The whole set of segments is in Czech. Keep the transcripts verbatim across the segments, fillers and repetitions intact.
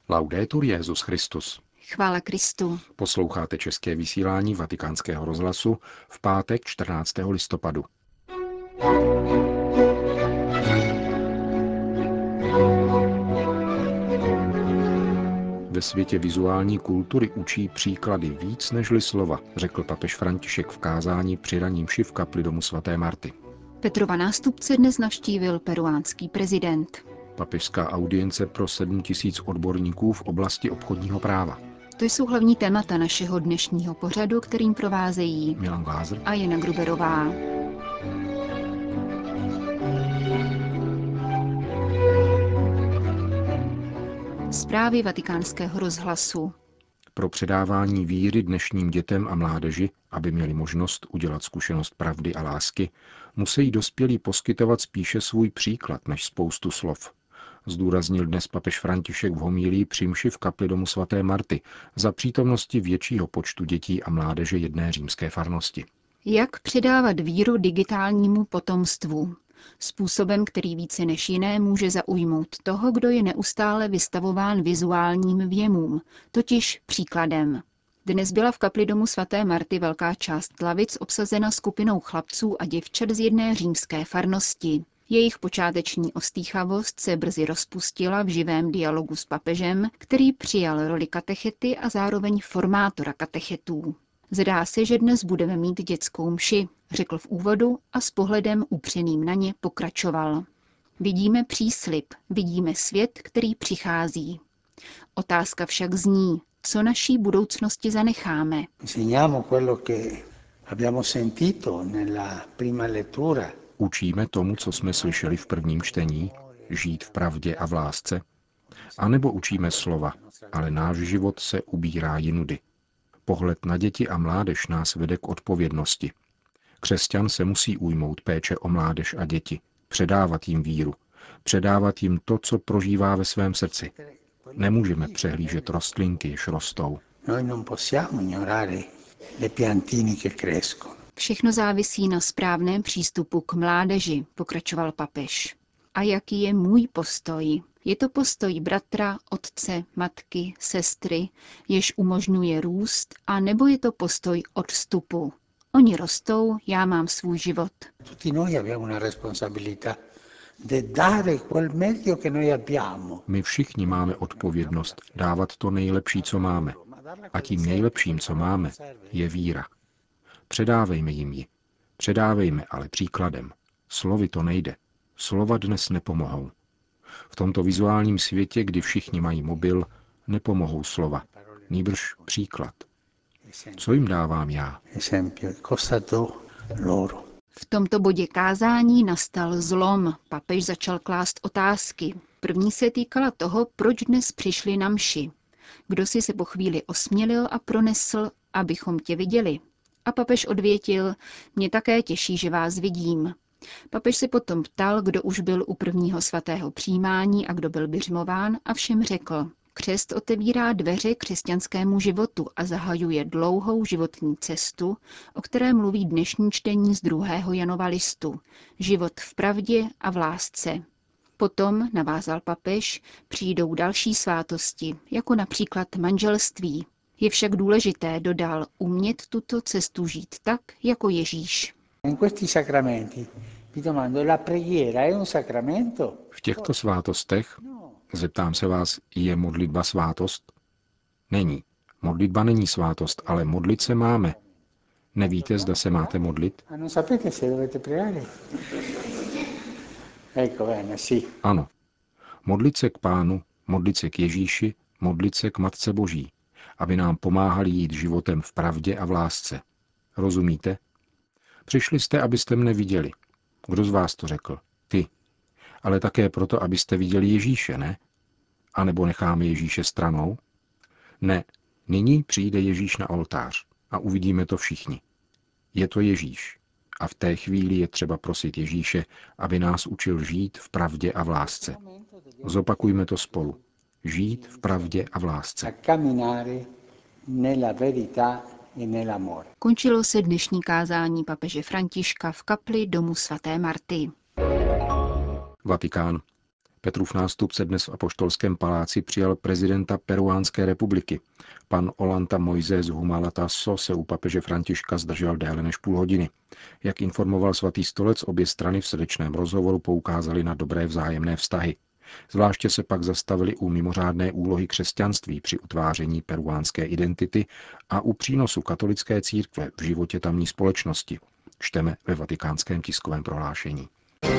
Laudetur Jesus Christus. Chvála Kristu. Posloucháte české vysílání Vatikánského rozhlasu v pátek čtrnáctého listopadu. Ve světě vizuální kultury učí příklady víc nežli slova, řekl papež František v kázání při raní mši v kapli domu svaté Marty. Petrova nástupce dnes navštívil peruánský prezident. Papežská audience pro sedm tisíc odborníků v oblasti obchodního práva. To jsou hlavní témata našeho dnešního pořadu, kterým provázejí Milan Glázer a Jana Gruberová. Zprávy Vatikánského rozhlasu. Pro předávání víry dnešním dětem a mládeži, aby měli možnost udělat zkušenost pravdy a lásky, musí dospělí poskytovat spíše svůj příklad než spoustu slov. Zdůraznil dnes papež František v homílii při mši v kapli domu svaté Marty za přítomnosti většího počtu dětí a mládeže jedné římské farnosti. Jak předávat víru digitálnímu potomstvu? Způsobem, který více než jiné může zaujmout toho, kdo je neustále vystavován vizuálním vjemům, totiž příkladem. Dnes byla v kapli domu svaté Marty velká část lavic obsazena skupinou chlapců a děvčat z jedné římské farnosti. Jejich počáteční ostýchavost se brzy rozpustila v živém dialogu s papežem, který přijal roli katechety a zároveň formátora katechetů. Zdá se, že dnes budeme mít dětskou mši, řekl v úvodu a s pohledem upřeným na ně pokračoval. Vidíme příslib, vidíme svět, který přichází. Otázka však zní, co naší budoucnosti zanecháme. Učíme tomu, co jsme slyšeli v prvním čtení, žít v pravdě a v lásce? A nebo učíme slova, ale náš život se ubírá jinudy. Pohled na děti a mládež nás vede k odpovědnosti. Křesťan se musí ujmout péče o mládež a děti, předávat jim víru, předávat jim to, co prožívá ve svém srdci. Nemůžeme přehlížet rostlinky, jež rostou. Všechno závisí na správném přístupu k mládeži, pokračoval papež. A jaký je můj postoj? Je to postoj bratra, otce, matky, sestry, jež umožňuje růst, a nebo je to postoj odstupu? Oni rostou, já mám svůj život. My všichni máme odpovědnost dávat to nejlepší, co máme. A tím nejlepším, co máme, je víra. Předávejme jim ji. Předávejme ale příkladem. Slovy to nejde. Slova dnes nepomohou. V tomto vizuálním světě, kdy všichni mají mobil, nepomohou slova. Nýbrž příklad. Co jim dávám já? V tomto bodě kázání nastal zlom. Papež začal klást otázky. První se týkala toho, proč dnes přišli na mši. Kdo si se po chvíli osmělil a pronesl, abychom tě viděli. A papež odvětil, mě také těší, že vás vidím. Papež se potom ptal, kdo už byl u prvního svatého přijímání a kdo byl biřmován, a všem řekl, křest otevírá dveře křesťanskému životu a zahajuje dlouhou životní cestu, o které mluví dnešní čtení z druhého Janova listu. Život v pravdě a v lásce. Potom, navázal papež, přijdou další svátosti, jako například manželství. Je však důležité, dodal, umět tuto cestu žít tak, jako Ježíš. V těchto svátostech, zeptám se vás, je modlitba svátost? Není. Modlitba není svátost, ale modlit se máme. Nevíte, zda se máte modlit? Ano. Modlit se k Pánu, modlit se k Ježíši, modlit se k Matce Boží, aby nám pomáhali jít životem v pravdě a v lásce. Rozumíte? Přišli jste, abyste mne viděli. Kdo z vás to řekl? Ty. Ale také proto, abyste viděli Ježíše, ne? A nebo necháme Ježíše stranou? Ne. Nyní přijde Ježíš na oltář a uvidíme to všichni. Je to Ježíš. A v té chvíli je třeba prosit Ježíše, aby nás učil žít v pravdě a v lásce. Zopakujme to spolu. Žít v pravdě a v lásce. Končilo se dnešní kázání papeže Františka v kapli domu svaté Marty. Vatikán. Petrův nástupce dnes v Apoštolském paláci přijal prezidenta Peruánské republiky. Pan Ollanta Moisés Humala Tasso se u papeže Františka zdržel déle než půl hodiny. Jak informoval Svatý stolec, obě strany v srdečném rozhovoru poukázaly na dobré vzájemné vztahy. Zvláště se pak zastavili u mimořádné úlohy křesťanství při utváření peruánské identity a u přínosu katolické církve v životě tamní společnosti. Čteme ve Vatikánském tiskovém prohlášení.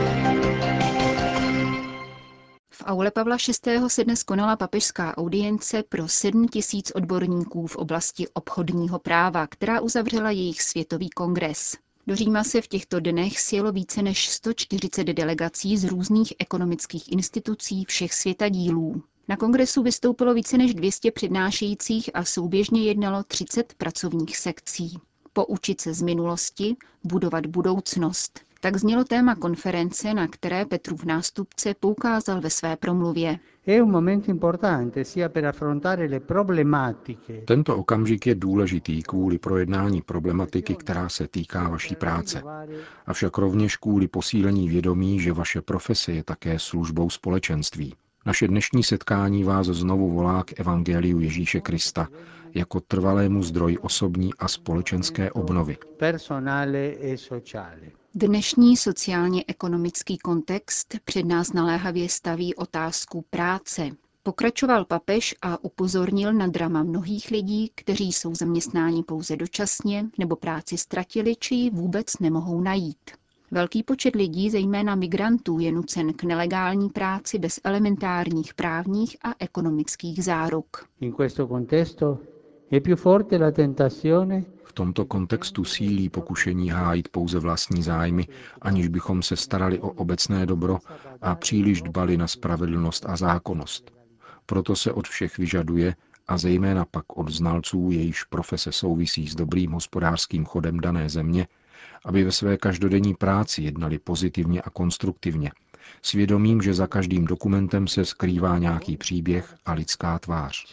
V aule Pavla šestého. se dnes konala papežská audience pro sedm tisíc odborníků v oblasti obchodního práva, která uzavřela jejich světový kongres. Do Říma se v těchto dnech sjelo více než sto čtyřicet delegací z různých ekonomických institucí všech světadílů. Na kongresu vystoupilo více než dvě stě přednášejících a souběžně jednalo třicet pracovních sekcí. Poučit se z minulosti, budovat budoucnost. Tak znělo téma konference, na které Petrův nástupce poukázal ve své promluvě. Tento okamžik je důležitý kvůli projednání problematiky, která se týká vaší práce, avšak rovněž kvůli posílení vědomí, že vaše profese je také službou společenství. Naše dnešní setkání vás znovu volá k evangeliu Ježíše Krista jako trvalému zdroji osobní a společenské obnovy. Dnešní sociálně-ekonomický kontext před nás naléhavě staví otázku práce. Pokračoval papež a upozornil na drama mnohých lidí, kteří jsou zaměstnáni pouze dočasně nebo práci ztratili, či ji vůbec nemohou najít. Velký počet lidí, zejména migrantů, je nucen k nelegální práci bez elementárních právních a ekonomických záruk. V tomto kontextu sílí pokušení hájit pouze vlastní zájmy, aniž bychom se starali o obecné dobro a příliš dbali na spravedlnost a zákonnost. Proto se od všech vyžaduje, a zejména pak od znalců, jejichž profese souvisí s dobrým hospodářským chodem dané země, aby ve své každodenní práci jednali pozitivně a konstruktivně, svědomím, že za každým dokumentem se skrývá nějaký příběh a lidská tvář.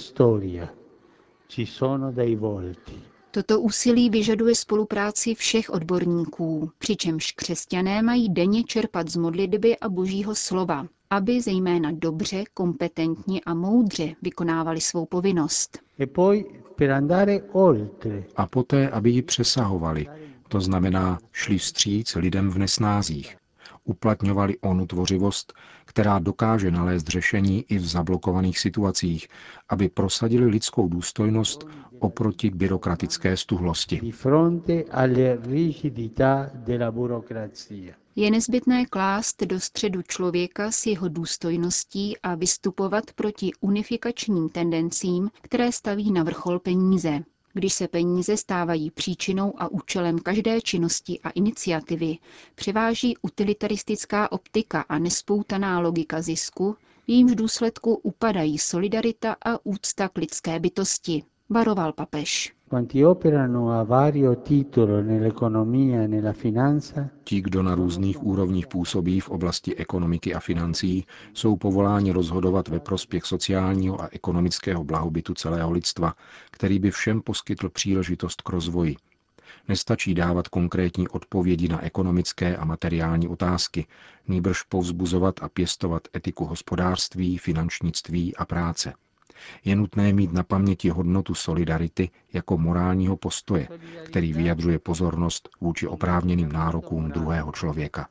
Toto úsilí vyžaduje spolupráci všech odborníků, přičemž křesťané mají denně čerpat z modlitby a Božího slova, aby zejména dobře, kompetentně a moudře vykonávali svou povinnost. A poté, aby ji přesahovali, to znamená šli vstříc lidem v nesnázích, uplatňovali onu tvořivost, která dokáže nalézt řešení i v zablokovaných situacích, aby prosadili lidskou důstojnost oproti byrokratické stuhlosti. Je nezbytné klást do středu člověka s jeho důstojností a vystupovat proti unifikačním tendencím, které staví na vrchol peníze. Když se peníze stávají příčinou a účelem každé činnosti a iniciativy, převáží utilitaristická optika a nespoutaná logika zisku, v jejímž důsledku upadají solidarita a úcta k lidské bytosti, varoval papež. Ti, kdo na různých úrovních působí v oblasti ekonomiky a financí, jsou povoláni rozhodovat ve prospěch sociálního a ekonomického blahobytu celého lidstva, který by všem poskytl příležitost k rozvoji. Nestačí dávat konkrétní odpovědi na ekonomické a materiální otázky, nýbrž povzbuzovat a pěstovat etiku hospodářství, finančnictví a práce. Je nutné mít na paměti hodnotu solidarity jako morálního postoje, který vyjadřuje pozornost vůči oprávněným nárokům druhého člověka.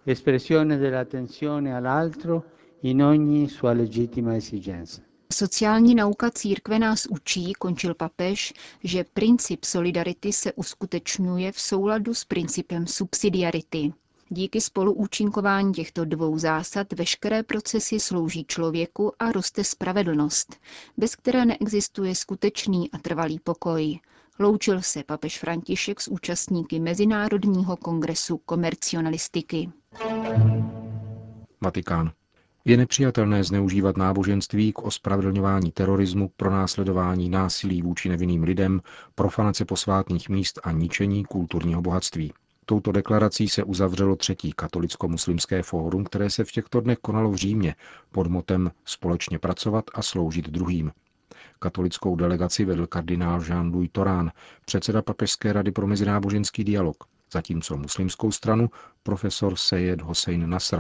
Sociální nauka církve nás učí, končil papež, že princip solidarity se uskutečňuje v souladu s principem subsidiarity. Díky spoluúčinkování těchto dvou zásad veškeré procesy slouží člověku a roste spravedlnost, bez které neexistuje skutečný a trvalý pokoj. Loučil se papež František s účastníky Mezinárodního kongresu komercionalistiky. Vatikán. Je nepřijatelné zneužívat náboženství k ospravedlňování terorismu, pronásledování násilí vůči nevinným lidem, profanace posvátných míst a ničení kulturního bohatství. Touto deklarací se uzavřelo třetí katolicko-muslimské fórum, které se v těchto dnech konalo v Římě pod motem Společně pracovat a sloužit druhým. Katolickou delegaci vedl kardinál Jean-Louis Torán, předseda Papežské rady pro mezináboženský dialog, zatímco muslimskou stranu profesor Sejed Hossein Nasr,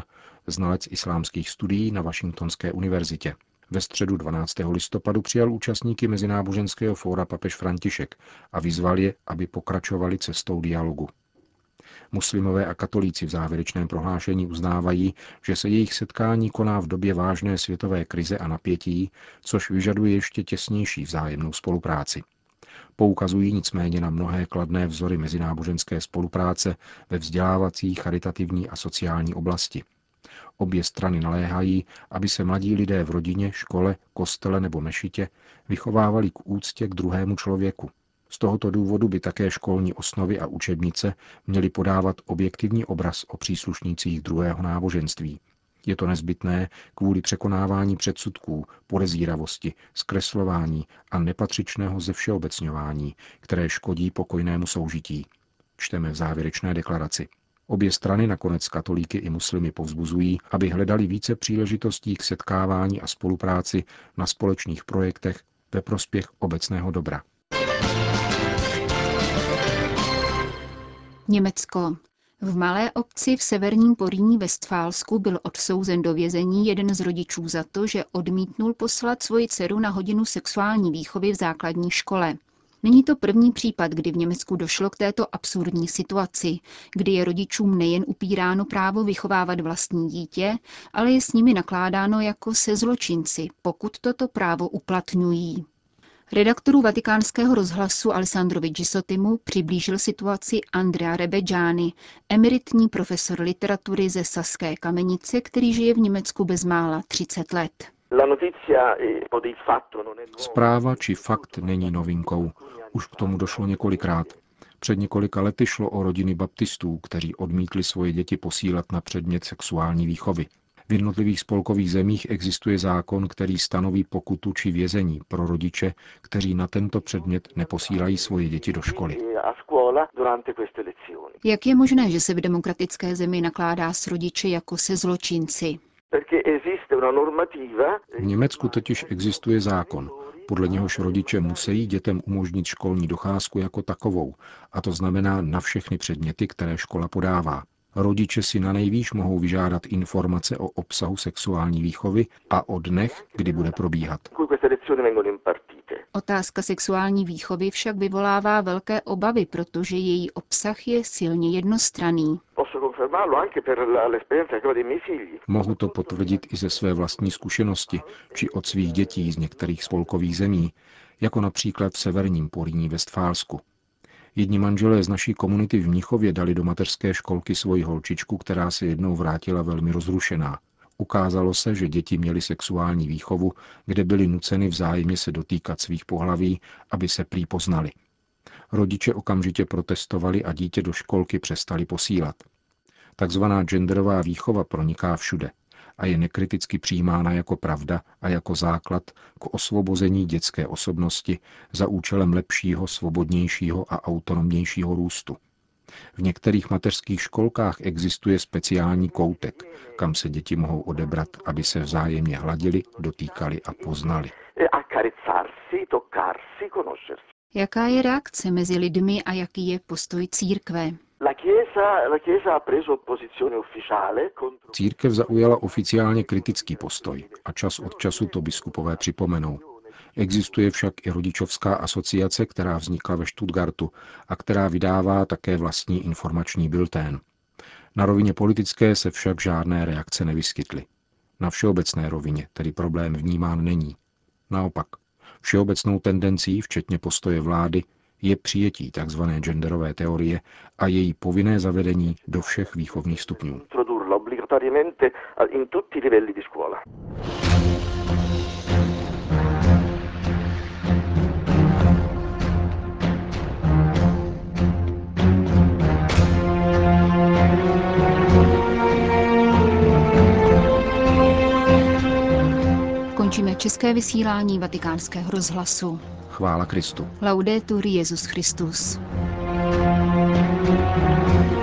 znalec islámských studií na Washingtonské univerzitě. Ve středu dvanáctého listopadu přijal účastníky mezináboženského fóra papež František a vyzval je, aby pokračovali cestou dialogu. Muslimové a katolíci v závěrečném prohlášení uznávají, že se jejich setkání koná v době vážné světové krize a napětí, což vyžaduje ještě těsnější vzájemnou spolupráci. Poukazují nicméně na mnohé kladné vzory mezináboženské spolupráce ve vzdělávací, charitativní a sociální oblasti. Obě strany naléhají, aby se mladí lidé v rodině, škole, kostele nebo mešitě vychovávali k úctě k druhému člověku. Z tohoto důvodu by také školní osnovy a učebnice měly podávat objektivní obraz o příslušnících druhého náboženství. Je to nezbytné kvůli překonávání předsudků, podezíravosti, zkreslování a nepatřičného zevšeobecňování, které škodí pokojnému soužití. Čteme v závěrečné deklaraci. Obě strany nakonec katolíky i muslimy povzbuzují, aby hledali více příležitostí k setkávání a spolupráci na společných projektech ve prospěch obecného dobra. Německo. V malé obci v severním Porýní Vestfálsku byl odsouzen do vězení jeden z rodičů za to, že odmítnul poslat svoji dceru na hodinu sexuální výchovy v základní škole. Není to první případ, kdy v Německu došlo k této absurdní situaci, kdy je rodičům nejen upíráno právo vychovávat vlastní dítě, ale je s nimi nakládáno jako se zločinci, pokud toto právo uplatňují. Redaktoru Vatikánského rozhlasu Alessandrovi Gisottimu přiblížil situaci Andrea Rebeggiani, emeritní profesor literatury ze Saské Kamenice, který žije v Německu bezmála třicet let. Zpráva či fakt není novinkou. Už k tomu došlo několikrát. Před několika lety šlo o rodiny baptistů, kteří odmítli svoje děti posílat na předmět sexuální výchovy. V jednotlivých spolkových zemích existuje zákon, který stanoví pokutu či vězení pro rodiče, kteří na tento předmět neposílají svoje děti do školy. Jak je možné, že se v demokratické zemi nakládá s rodiči jako se zločinci? V Německu totiž existuje zákon, podle něhož rodiče musí dětem umožnit školní docházku jako takovou, a to znamená na všechny předměty, které škola podává. Rodiče si na nejvýš mohou vyžádat informace o obsahu sexuální výchovy a o dnech, kdy bude probíhat. Otázka sexuální výchovy však vyvolává velké obavy, protože její obsah je silně jednostranný. Mohu to potvrdit i ze své vlastní zkušenosti, či od svých dětí z některých spolkových zemí, jako například v severním Porýní Vestfálsku. Jedni manželé z naší komunity v Mnichově dali do mateřské školky svoji holčičku, která se jednou vrátila velmi rozrušená. Ukázalo se, že děti měly sexuální výchovu, kde byly nuceny vzájemně se dotýkat svých pohlaví, aby se prý poznali. Rodiče okamžitě protestovali a dítě do školky přestali posílat. Takzvaná genderová výchova proniká všude a je nekriticky přijímána jako pravda a jako základ k osvobození dětské osobnosti za účelem lepšího, svobodnějšího a autonomnějšího růstu. V některých mateřských školkách existuje speciální koutek, kam se děti mohou odebrat, aby se vzájemně hladili, dotýkali a poznali. Jaká je reakce mezi lidmi a jaký je postoj církve? Církev zaujala oficiálně kritický postoj a čas od času to biskupové připomenou. Existuje však i rodičovská asociace, která vznikla ve Stuttgartu a která vydává také vlastní informační bulletén. Na rovině politické se však žádné reakce nevyskytly. Na všeobecné rovině tedy problém vnímán není. Naopak, všeobecnou tendencí, včetně postoje vlády, je přijetí tzv. Genderové teorie a její povinné zavedení do všech výchovných stupňů. Končíme české vysílání Vatikánského rozhlasu. Chvála Kristu. Laudetur Jesus Christus.